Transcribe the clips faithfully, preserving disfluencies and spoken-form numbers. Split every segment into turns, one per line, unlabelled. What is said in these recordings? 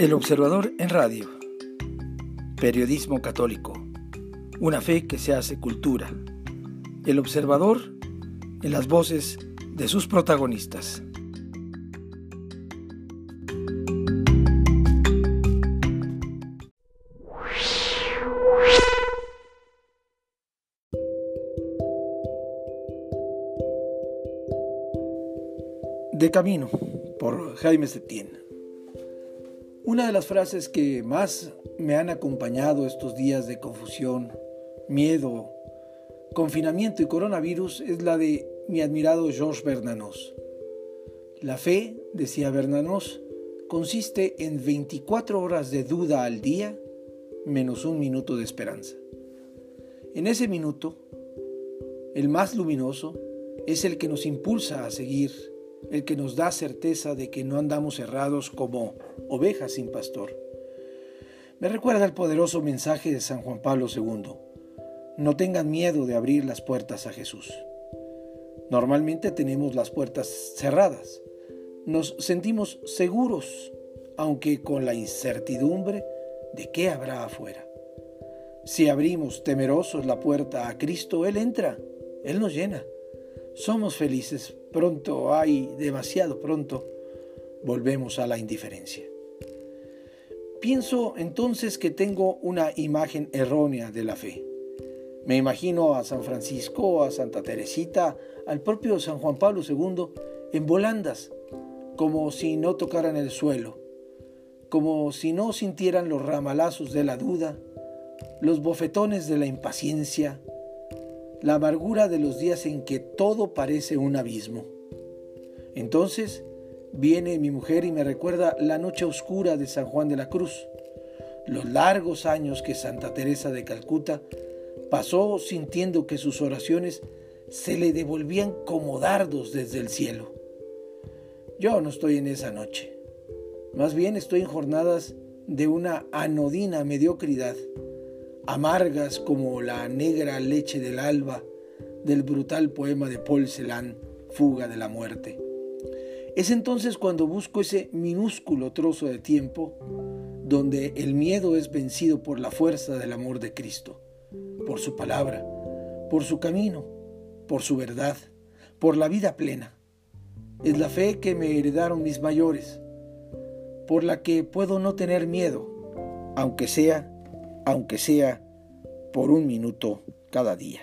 El Observador en radio. Periodismo católico. Una fe que se hace cultura. El Observador en las voces de sus protagonistas. De camino, por Jaime Septién. Una de las frases que más me han acompañado estos días de confusión, miedo, confinamiento y coronavirus es la de mi admirado Georges Bernanos. La fe, decía Bernanos, consiste en veinticuatro horas de duda al día menos un minuto de esperanza. En ese minuto, el más luminoso es el que nos impulsa a seguir, el que nos da certeza de que no andamos errados como ovejas sin pastor. Me recuerda el poderoso mensaje de San Juan Pablo segundo. No tengan miedo de abrir las puertas a Jesús. Normalmente tenemos las puertas cerradas. Nos sentimos seguros, aunque con la incertidumbre de qué habrá afuera. Si abrimos temerosos la puerta a Cristo, Él entra, Él nos llena. Somos felices. Pronto, ay, demasiado pronto, volvemos a la indiferencia. Pienso entonces que tengo una imagen errónea de la fe. Me imagino a San Francisco, a Santa Teresita, al propio San Juan Pablo segundo, en volandas, como si no tocaran el suelo, como si no sintieran los ramalazos de la duda, los bofetones de la impaciencia, la amargura de los días en que todo parece un abismo. Entonces viene mi mujer y me recuerda la noche oscura de San Juan de la Cruz, los largos años que Santa Teresa de Calcuta pasó sintiendo que sus oraciones se le devolvían como dardos desde el cielo. Yo no estoy en esa noche, más bien estoy en jornadas de una anodina mediocridad, amargas como la negra leche del alba del brutal poema de Paul Celan, Fuga de la muerte. Es entonces cuando busco ese minúsculo trozo de tiempo donde el miedo es vencido por la fuerza del amor de Cristo, por su palabra, por su camino, por su verdad, por la vida plena. Es la fe que me heredaron mis mayores, por la que puedo no tener miedo, aunque sea aunque sea por un minuto cada día.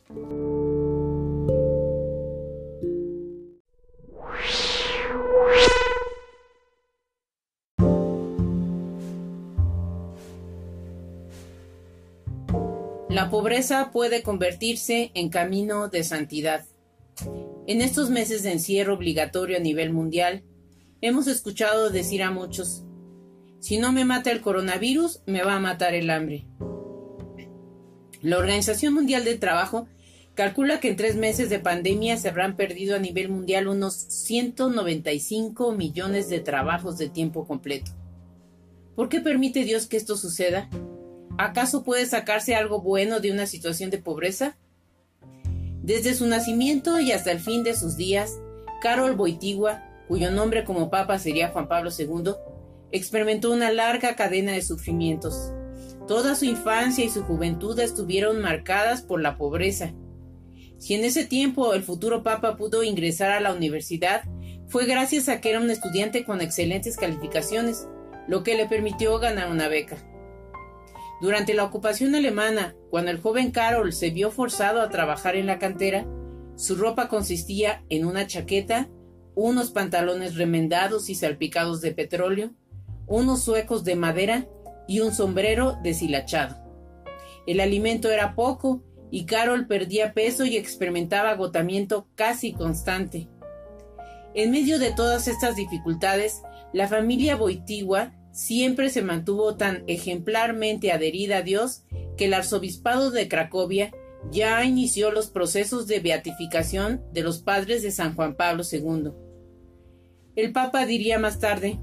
La pobreza puede convertirse en camino de santidad. En estos meses de encierro obligatorio a nivel mundial, hemos escuchado decir a muchos: si no me mata el coronavirus, me va a matar el hambre. La Organización Mundial del Trabajo calcula que en tres meses de pandemia se habrán perdido a nivel mundial unos ciento noventa y cinco millones de trabajos de tiempo completo. ¿Por qué permite Dios que esto suceda? ¿Acaso puede sacarse algo bueno de una situación de pobreza? Desde su nacimiento y hasta el fin de sus días, Karol Wojtyła, cuyo nombre como papa sería Juan Pablo segundo, experimentó una larga cadena de sufrimientos. Toda su infancia y su juventud estuvieron marcadas por la pobreza. Si en ese tiempo el futuro papa pudo ingresar a la universidad, fue gracias a que era un estudiante con excelentes calificaciones, lo que le permitió ganar una beca. Durante la ocupación alemana, cuando el joven Karol se vio forzado a trabajar en la cantera, su ropa consistía en una chaqueta, unos pantalones remendados y salpicados de petróleo, unos zuecos de madera y un sombrero deshilachado. El alimento era poco y Karol perdía peso y experimentaba agotamiento casi constante. En medio de todas estas dificultades, la familia Wojtyła siempre se mantuvo tan ejemplarmente adherida a Dios que el arzobispado de Cracovia ya inició los procesos de beatificación de los padres de San Juan Pablo segundo. El Papa diría más tarde: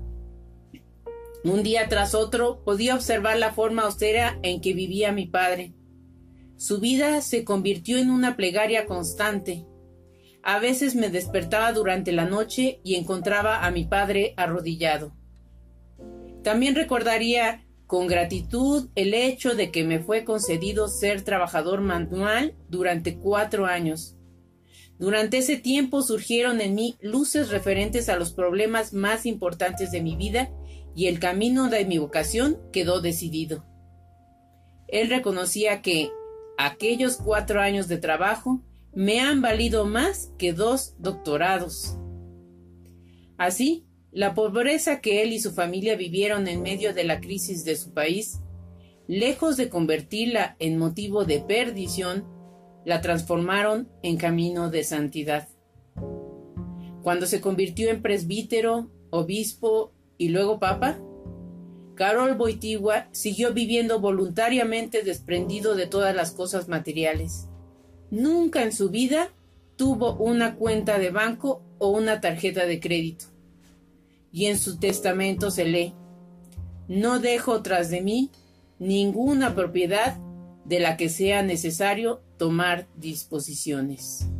un día tras otro podía observar la forma austera en que vivía mi padre. Su vida se convirtió en una plegaria constante. A veces me despertaba durante la noche y encontraba a mi padre arrodillado. También recordaría con gratitud el hecho de que me fue concedido ser trabajador manual durante cuatro años. Durante ese tiempo surgieron en mí luces referentes a los problemas más importantes de mi vida y el camino de mi vocación quedó decidido. Él reconocía que aquellos cuatro años de trabajo me han valido más que dos doctorados. Así, la pobreza que él y su familia vivieron en medio de la crisis de su país, lejos de convertirla en motivo de perdición, la transformaron en camino de santidad. Cuando se convirtió en presbítero, obispo y luego papa, Karol Wojtyła siguió viviendo voluntariamente desprendido de todas las cosas materiales. Nunca en su vida tuvo una cuenta de banco o una tarjeta de crédito. Y en su testamento se lee: no dejo tras de mí ninguna propiedad de la que sea necesario tomar disposiciones.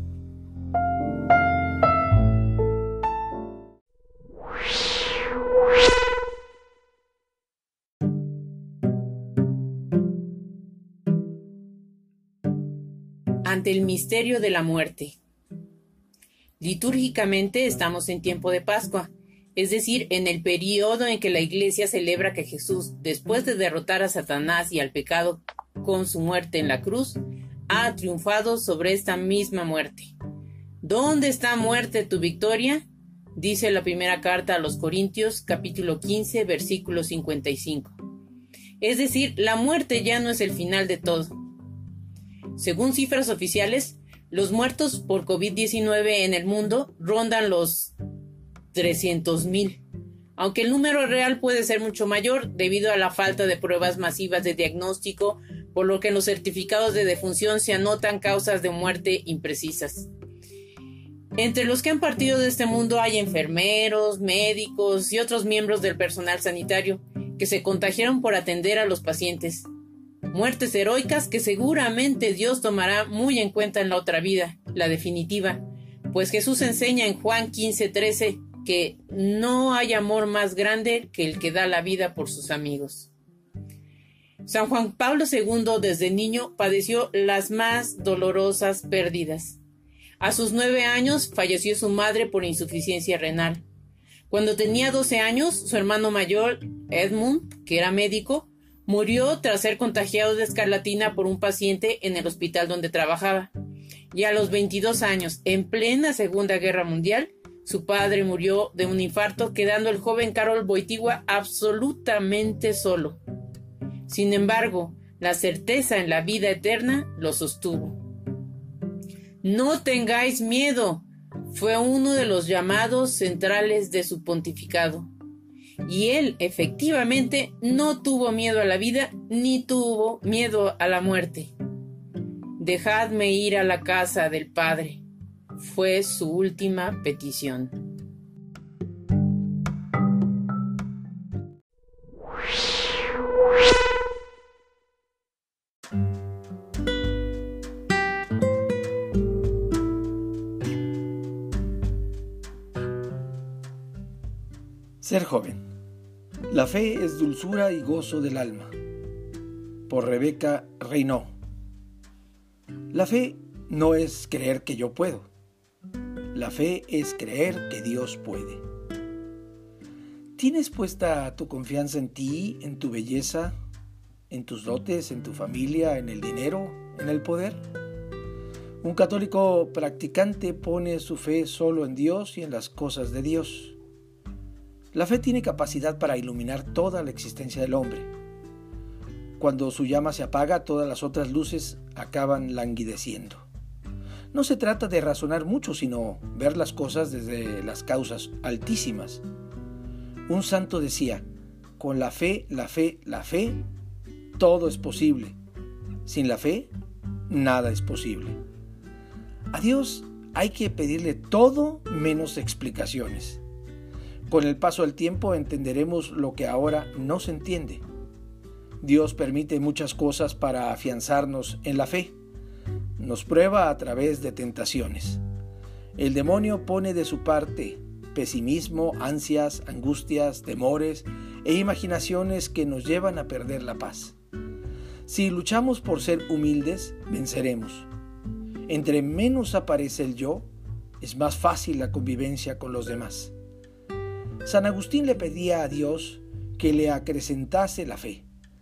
Ante el misterio de la muerte. Litúrgicamente estamos en tiempo de Pascua, es decir, en el periodo en que la Iglesia celebra que Jesús, después de derrotar a Satanás y al pecado con su muerte en la cruz, ha triunfado sobre esta misma muerte. ¿Dónde está, muerte, tu victoria?, dice la primera carta a los Corintios, capítulo quince, versículo cincuenta y cinco. Es decir, la muerte ya no es el final de todo. Según cifras oficiales, los muertos por COVID diecinueve en el mundo rondan los trescientos mil, aunque el número real puede ser mucho mayor debido a la falta de pruebas masivas de diagnóstico, por lo que en los certificados de defunción se anotan causas de muerte imprecisas. Entre los que han partido de este mundo hay enfermeros, médicos y otros miembros del personal sanitario que se contagiaron por atender a los pacientes. Muertes heroicas que seguramente Dios tomará muy en cuenta en la otra vida, la definitiva, pues Jesús enseña en Juan quince trece que no hay amor más grande que el que da la vida por sus amigos. San Juan Pablo segundo desde niño padeció las más dolorosas pérdidas. A sus nueve años falleció su madre por insuficiencia renal. Cuando tenía doce años, su hermano mayor, Edmund, que era médico, murió tras ser contagiado de escarlatina por un paciente en el hospital donde trabajaba. Y a los veintidós años, en plena Segunda Guerra Mundial, su padre murió de un infarto, quedando el joven Karol Wojtyła absolutamente solo. Sin embargo, la certeza en la vida eterna lo sostuvo. No tengáis miedo, fue uno de los llamados centrales de su pontificado. Y él, efectivamente, no tuvo miedo a la vida, ni tuvo miedo a la muerte. Dejadme ir a la casa del Padre, fue su última petición.
Ser joven. La fe es dulzura y gozo del alma. Por Rebeca Reynaud. La fe no es creer que yo puedo. La fe es creer que Dios puede. ¿Tienes puesta tu confianza en ti, en tu belleza, en tus dotes, en tu familia, en el dinero, en el poder? Un católico practicante pone su fe solo en Dios y en las cosas de Dios. La fe tiene capacidad para iluminar toda la existencia del hombre. Cuando su llama se apaga, todas las otras luces acaban languideciendo. No se trata de razonar mucho, sino ver las cosas desde las causas altísimas. Un santo decía: con la fe, la fe, la fe, todo es posible. Sin la fe, nada es posible. A Dios hay que pedirle todo menos explicaciones. Con el paso del tiempo entenderemos lo que ahora no se entiende. Dios permite muchas cosas para afianzarnos en la fe. Nos prueba a través de tentaciones. El demonio pone de su parte pesimismo, ansias, angustias, temores e imaginaciones que nos llevan a perder la paz. Si luchamos por ser humildes, venceremos. Entre menos aparece el yo, es más fácil la convivencia con los demás. San Agustín le pedía a Dios que le acrecentase la fe.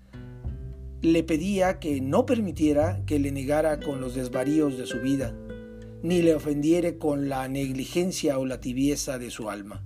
Le pedía que no permitiera que le negara con los desvaríos de su vida, ni le ofendiere con la negligencia o la tibieza de su alma.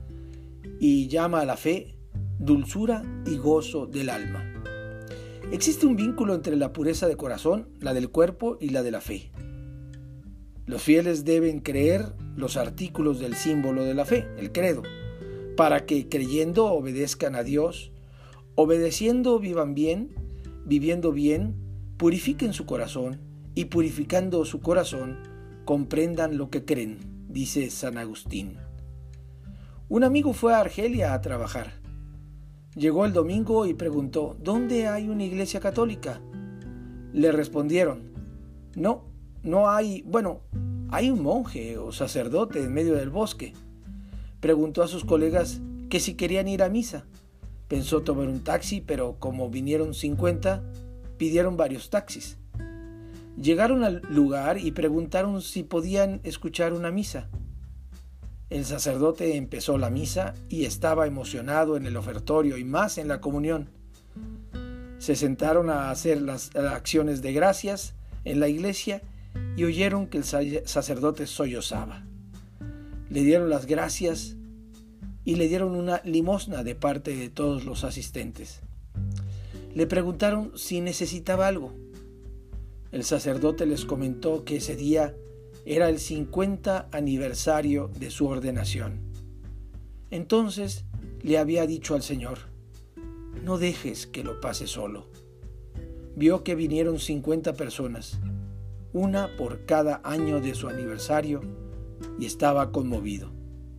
Y llama a la fe dulzura y gozo del alma. Existe un vínculo entre la pureza de corazón, la del cuerpo y la de la fe. Los fieles deben creer los artículos del símbolo de la fe, el credo, para que creyendo obedezcan a Dios, obedeciendo vivan bien, viviendo bien, purifiquen su corazón y purificando su corazón comprendan lo que creen, dice San Agustín. Un amigo fue a Argelia a trabajar. Llegó el domingo y preguntó, ¿dónde hay una iglesia católica? Le respondieron, no, no hay, bueno, hay un monje o sacerdote en medio del bosque. Preguntó a sus colegas que si querían ir a misa. Pensó tomar un taxi, pero como vinieron cincuenta, pidieron varios taxis. Llegaron al lugar y preguntaron si podían escuchar una misa. El sacerdote empezó la misa y estaba emocionado en el ofertorio y más en la comunión. Se sentaron a hacer las acciones de gracias en la iglesia y oyeron que el sacerdote sollozaba. Le dieron las gracias y le dieron una limosna de parte de todos los asistentes. Le preguntaron si necesitaba algo. El sacerdote les comentó que ese día era el cincuenta aniversario de su ordenación. Entonces le había dicho al Señor, no dejes que lo pase solo. Vio que vinieron cincuenta personas, una por cada año de su aniversario, y estaba conmovido.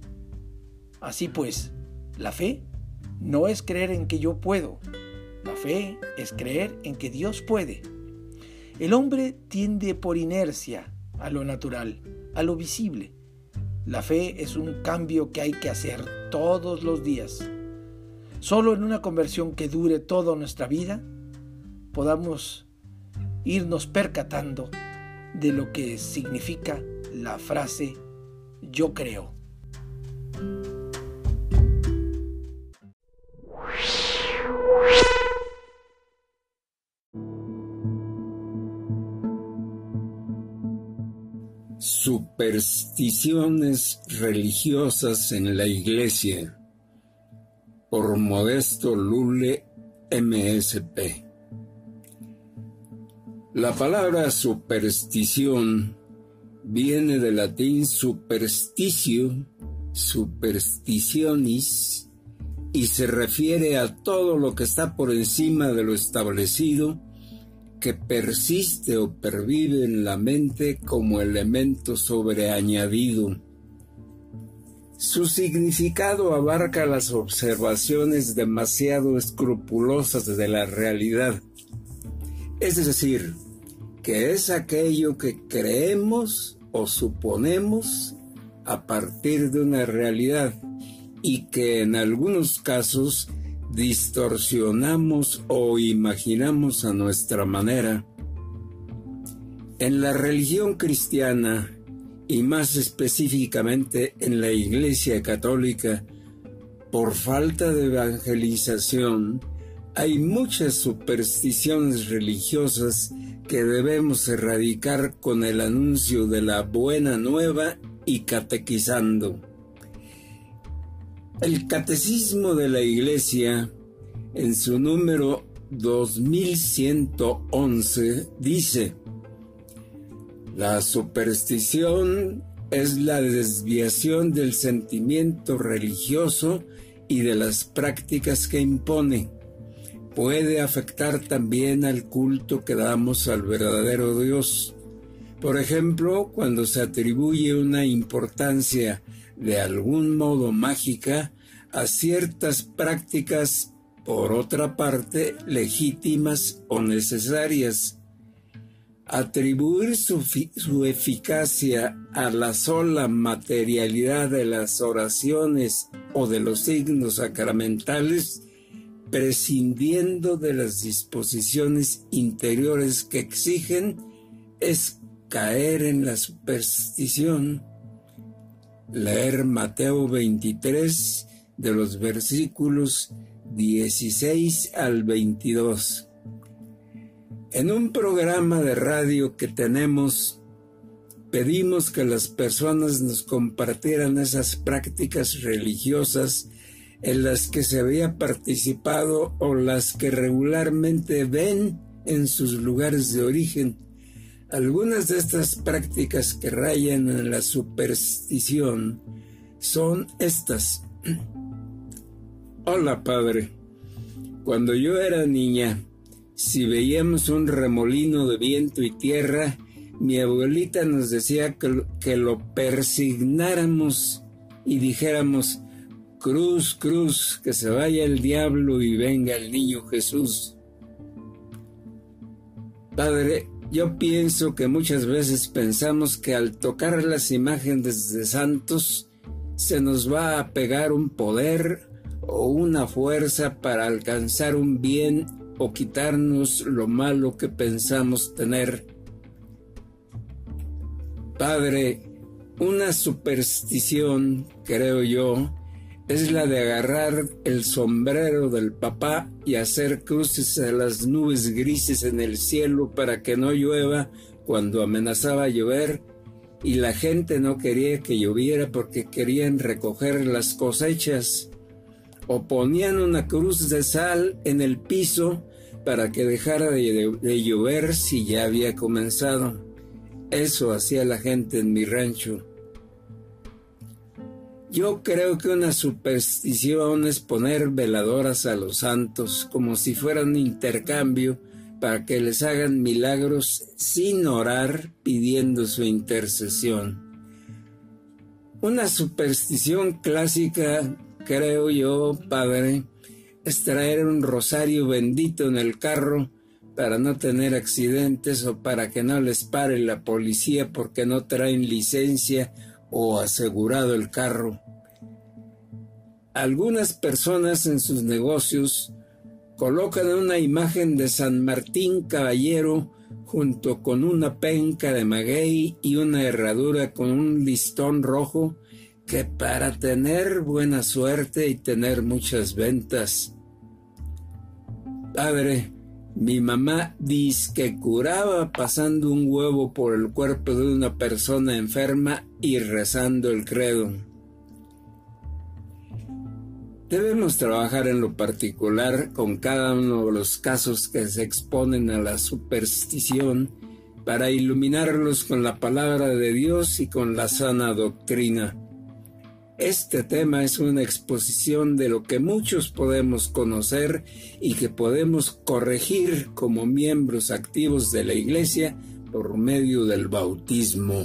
Así pues, la fe no es creer en que yo puedo. La fe es creer en que Dios puede. El hombre tiende por inercia a lo natural, a lo visible. La fe es un cambio que hay que hacer todos los días. Solo en una conversión que dure toda nuestra vida, podamos irnos percatando de lo que significa la frase yo creo.
Supersticiones religiosas en la Iglesia, por Modesto Lule, M S P. La palabra superstición viene del latín superstitio, superstitionis, y se refiere a todo lo que está por encima de lo establecido, que persiste o pervive en la mente como elemento sobreañadido. Su significado abarca las observaciones demasiado escrupulosas de la realidad, es decir, que es aquello que creemos o suponemos a partir de una realidad y que en algunos casos distorsionamos o imaginamos a nuestra manera. En la religión cristiana, y más específicamente en la Iglesia Católica, por falta de evangelización, hay muchas supersticiones religiosas que debemos erradicar con el anuncio de la buena nueva y catequizando. El Catecismo de la Iglesia, en su número dos mil ciento once, dice: la superstición es la desviación del sentimiento religioso y de las prácticas que impone. Puede afectar también al culto que damos al verdadero Dios. Por ejemplo, cuando se atribuye una importancia de algún modo mágica a ciertas prácticas, por otra parte, legítimas o necesarias. Atribuir su, su eficacia a la sola materialidad de las oraciones o de los signos sacramentales prescindiendo de las disposiciones interiores que exigen, es caer en la superstición. Leer Mateo veintitrés de los versículos dieciséis al veintidós. En un programa de radio que tenemos, pedimos que las personas nos compartieran esas prácticas religiosas en las que se había participado o las que regularmente ven en sus lugares de origen. Algunas de estas prácticas que rayan en la superstición son estas. Hola, padre. Cuando yo era niña, si veíamos un remolino de viento y tierra, mi abuelita nos decía que, que lo persignáramos y dijéramos: cruz, cruz, que se vaya el diablo y venga el niño Jesús. Padre, yo pienso que muchas veces pensamos que al tocar las imágenes de santos se nos va a pegar un poder o una fuerza para alcanzar un bien o quitarnos lo malo que pensamos tener. Padre, una superstición, creo yo, es la de agarrar el sombrero del papá y hacer cruces a las nubes grises en el cielo para que no llueva cuando amenazaba llover, y la gente no quería que lloviera porque querían recoger las cosechas. O ponían una cruz de sal en el piso para que dejara de, de llover si ya había comenzado. Eso hacía la gente en mi rancho. Yo creo que una superstición es poner veladoras a los santos como si fuera un intercambio para que les hagan milagros sin orar pidiendo su intercesión. Una superstición clásica, creo yo, padre, es traer un rosario bendito en el carro para no tener accidentes o para que no les pare la policía porque no traen licencia o asegurado el carro. Algunas personas en sus negocios colocan una imagen de San Martín Caballero junto con una penca de maguey y una herradura con un listón rojo, que para tener buena suerte y tener muchas ventas. Padre, mi mamá dice que curaba pasando un huevo por el cuerpo de una persona enferma y rezando el credo. Debemos trabajar en lo particular con cada uno de los casos que se exponen a la superstición para iluminarlos con la palabra de Dios y con la sana doctrina. Este tema es una exposición de lo que muchos podemos conocer y que podemos corregir como miembros activos de la Iglesia por medio del bautismo.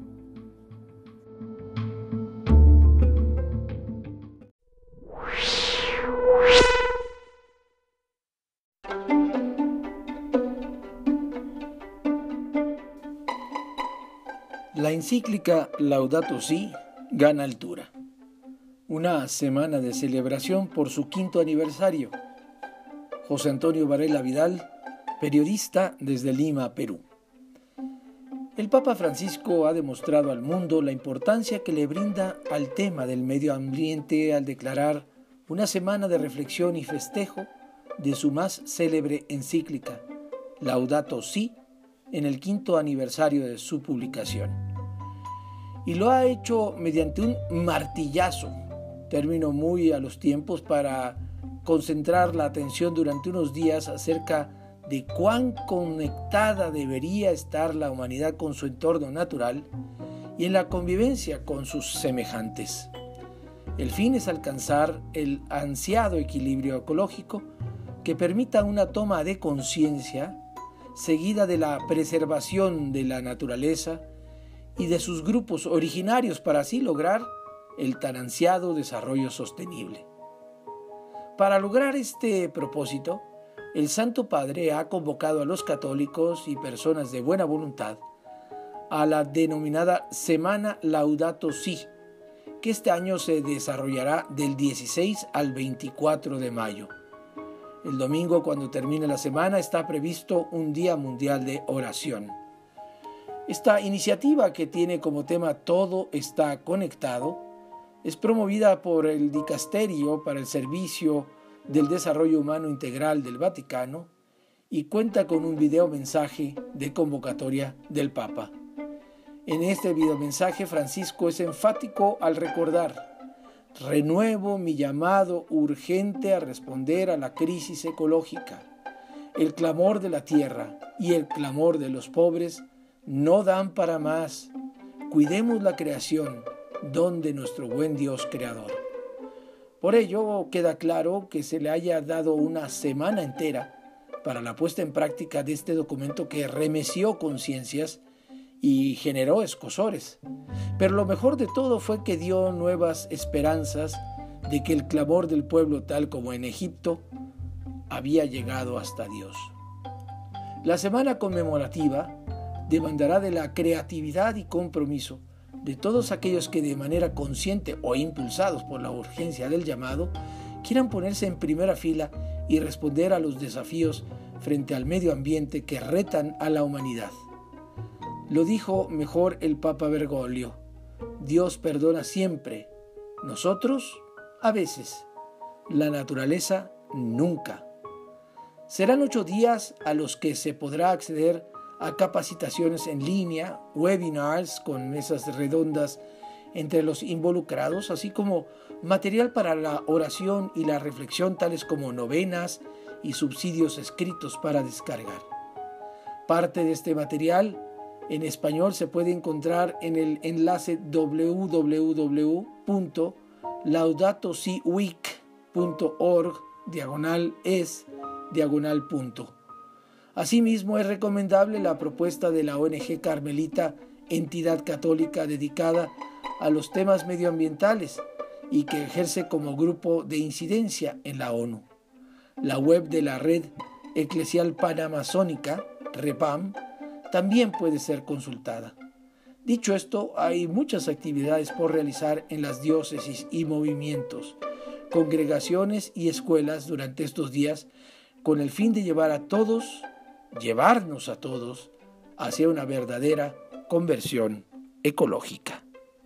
La encíclica Laudato Si gana altura. Una semana de celebración por su quinto aniversario. José Antonio Varela Vidal, periodista desde Lima, Perú. El Papa Francisco ha demostrado al mundo la importancia que le brinda al tema del medio ambiente al declarar una semana de reflexión y festejo de su más célebre encíclica, Laudato Si, en el quinto aniversario de su publicación. Y lo ha hecho mediante un martillazo, término muy a los tiempos para concentrar la atención durante unos días acerca de cuán conectada debería estar la humanidad con su entorno natural y en la convivencia con sus semejantes. El fin es alcanzar el ansiado equilibrio ecológico que permita una toma de conciencia seguida de la preservación de la naturaleza y de sus grupos originarios para así lograr el tan ansiado desarrollo sostenible. Para lograr este propósito, el Santo Padre ha convocado a los católicos y personas de buena voluntad a la denominada Semana Laudato Si, que este año se desarrollará del dieciséis al veinticuatro de mayo. El domingo, cuando termine la semana, está previsto un Día Mundial de Oración. Esta iniciativa, que tiene como tema Todo está conectado, es promovida por el Dicasterio para el Servicio del Desarrollo Humano Integral del Vaticano y cuenta con un videomensaje de convocatoria del Papa. En este videomensaje, Francisco es enfático al recordar: renuevo mi llamado urgente a responder a la crisis ecológica. El clamor de la tierra y el clamor de los pobres no dan para más. Cuidemos la creación, don de nuestro buen Dios creador. Por ello, queda claro que se le haya dado una semana entera para la puesta en práctica de este documento que remeció conciencias y generó escozores. Pero lo mejor de todo fue que dio nuevas esperanzas de que el clamor del pueblo, tal como en Egipto, había llegado hasta Dios. La semana conmemorativa demandará de la creatividad y compromiso de todos aquellos que, de manera consciente o impulsados por la urgencia del llamado, quieran ponerse en primera fila y responder a los desafíos frente al medio ambiente que retan a la humanidad. Lo dijo mejor el Papa Bergoglio: Dios perdona siempre, nosotros a veces, la naturaleza nunca. Serán ocho días a los que se podrá acceder a capacitaciones en línea, webinars con mesas redondas entre los involucrados, así como material para la oración y la reflexión, tales como novenas y subsidios escritos para descargar. Parte de este material en español se puede encontrar en el enlace w w w punto laudato si week punto org diagonal es diagonal punto. Asimismo, es recomendable la propuesta de la O N G Carmelita, entidad católica dedicada a los temas medioambientales y que ejerce como grupo de incidencia en la ONU. La web de la Red Eclesial Panamazónica, REPAM, también puede ser consultada. Dicho esto, hay muchas actividades por realizar en las diócesis y movimientos, congregaciones y escuelas durante estos días, con el fin de llevar a todos, llevarnos a todos, hacia una verdadera conversión ecológica.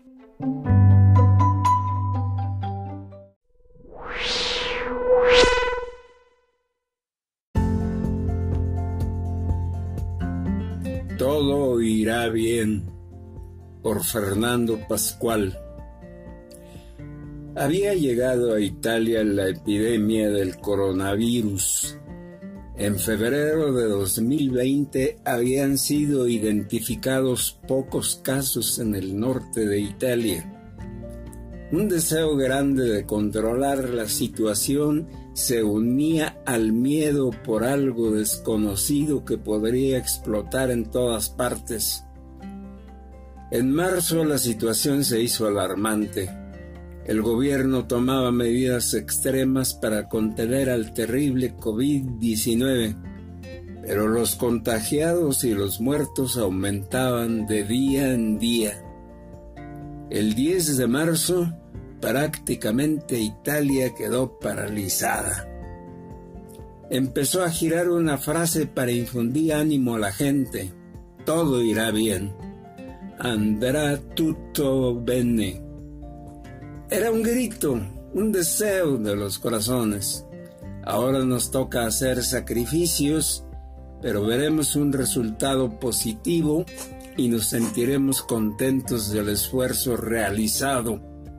Todo irá bien, por Fernando Pascual. Había llegado a Italia la epidemia del coronavirus. En febrero de dos mil veinte habían sido identificados pocos casos en el norte de Italia. Un deseo grande de controlar la situación se unía al miedo por algo desconocido que podría explotar en todas partes. En marzo la situación se hizo alarmante. El gobierno tomaba medidas extremas para contener al terrible COVID diecinueve, pero los contagiados y los muertos aumentaban de día en día. El diez de marzo, prácticamente Italia quedó paralizada. Empezó a girar una frase para infundir ánimo a la gente: todo irá bien, andrà tutto bene. Era un grito, un deseo de los corazones. Ahora nos toca hacer sacrificios, pero veremos un resultado positivo y nos sentiremos contentos del esfuerzo realizado.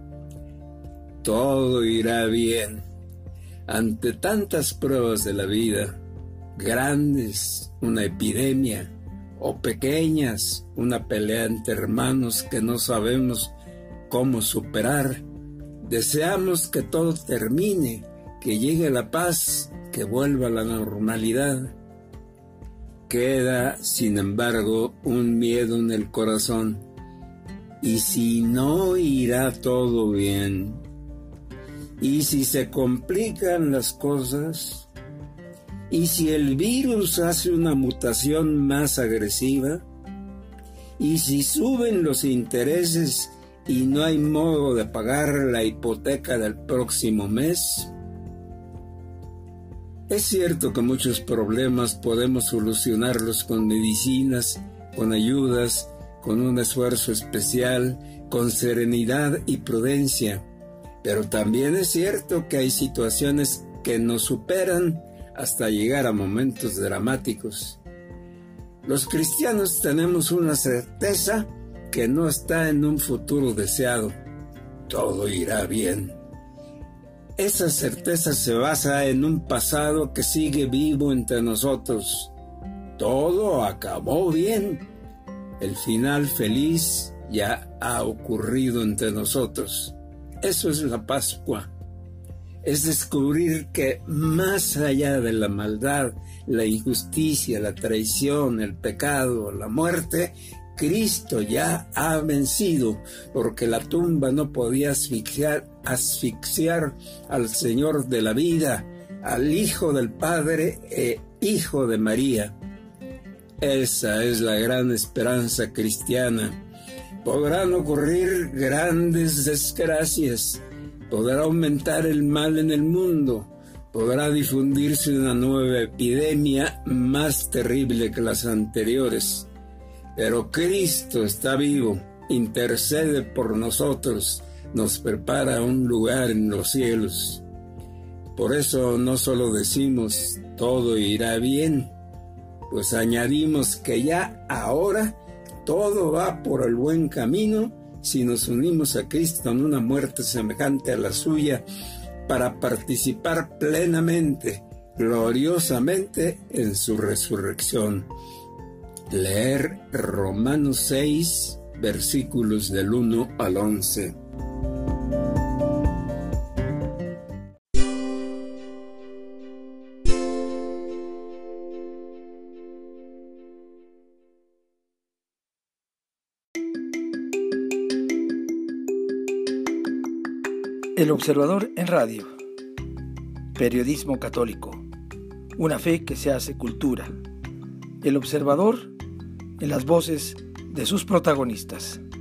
Todo irá bien. Ante tantas pruebas de la vida, grandes, una epidemia, o pequeñas, una pelea entre hermanos que no sabemos cómo superar, deseamos que todo termine, que llegue la paz, que vuelva la normalidad. Queda, sin embargo, un miedo en el corazón. ¿Y si no irá todo bien? ¿Y si se complican las cosas? ¿Y si el virus hace una mutación más agresiva? ¿Y si suben los intereses y no hay modo de pagar la hipoteca del próximo mes? Es cierto que muchos problemas podemos solucionarlos con medicinas, con ayudas, con un esfuerzo especial, con serenidad y prudencia. Pero también es cierto que hay situaciones que nos superan hasta llegar a momentos dramáticos. Los cristianos tenemos una certeza que no está en un futuro deseado. Todo irá bien. Esa certeza se basa en un pasado que sigue vivo entre nosotros. Todo acabó bien. El final feliz ya ha ocurrido entre nosotros. Eso es la Pascua. Es descubrir que más allá de la maldad, la injusticia, la traición, el pecado, la muerte, Cristo ya ha vencido, porque la tumba no podía asfixiar, asfixiar al Señor de la vida, al Hijo del Padre e Hijo de María. Esa es la gran esperanza cristiana. Podrán ocurrir grandes desgracias, podrá aumentar el mal en el mundo, podrá difundirse una nueva epidemia más terrible que las anteriores. Pero Cristo está vivo, intercede por nosotros, nos prepara un lugar en los cielos. Por eso no solo decimos todo irá bien, pues añadimos que ya ahora todo va por el buen camino si nos unimos a Cristo en una muerte semejante a la suya para participar plenamente, gloriosamente en su resurrección. Leer Romanos seis, versículos del uno al once.
El Observador en radio. Periodismo católico. Una fe que se hace cultura. El Observador en las voces de sus protagonistas.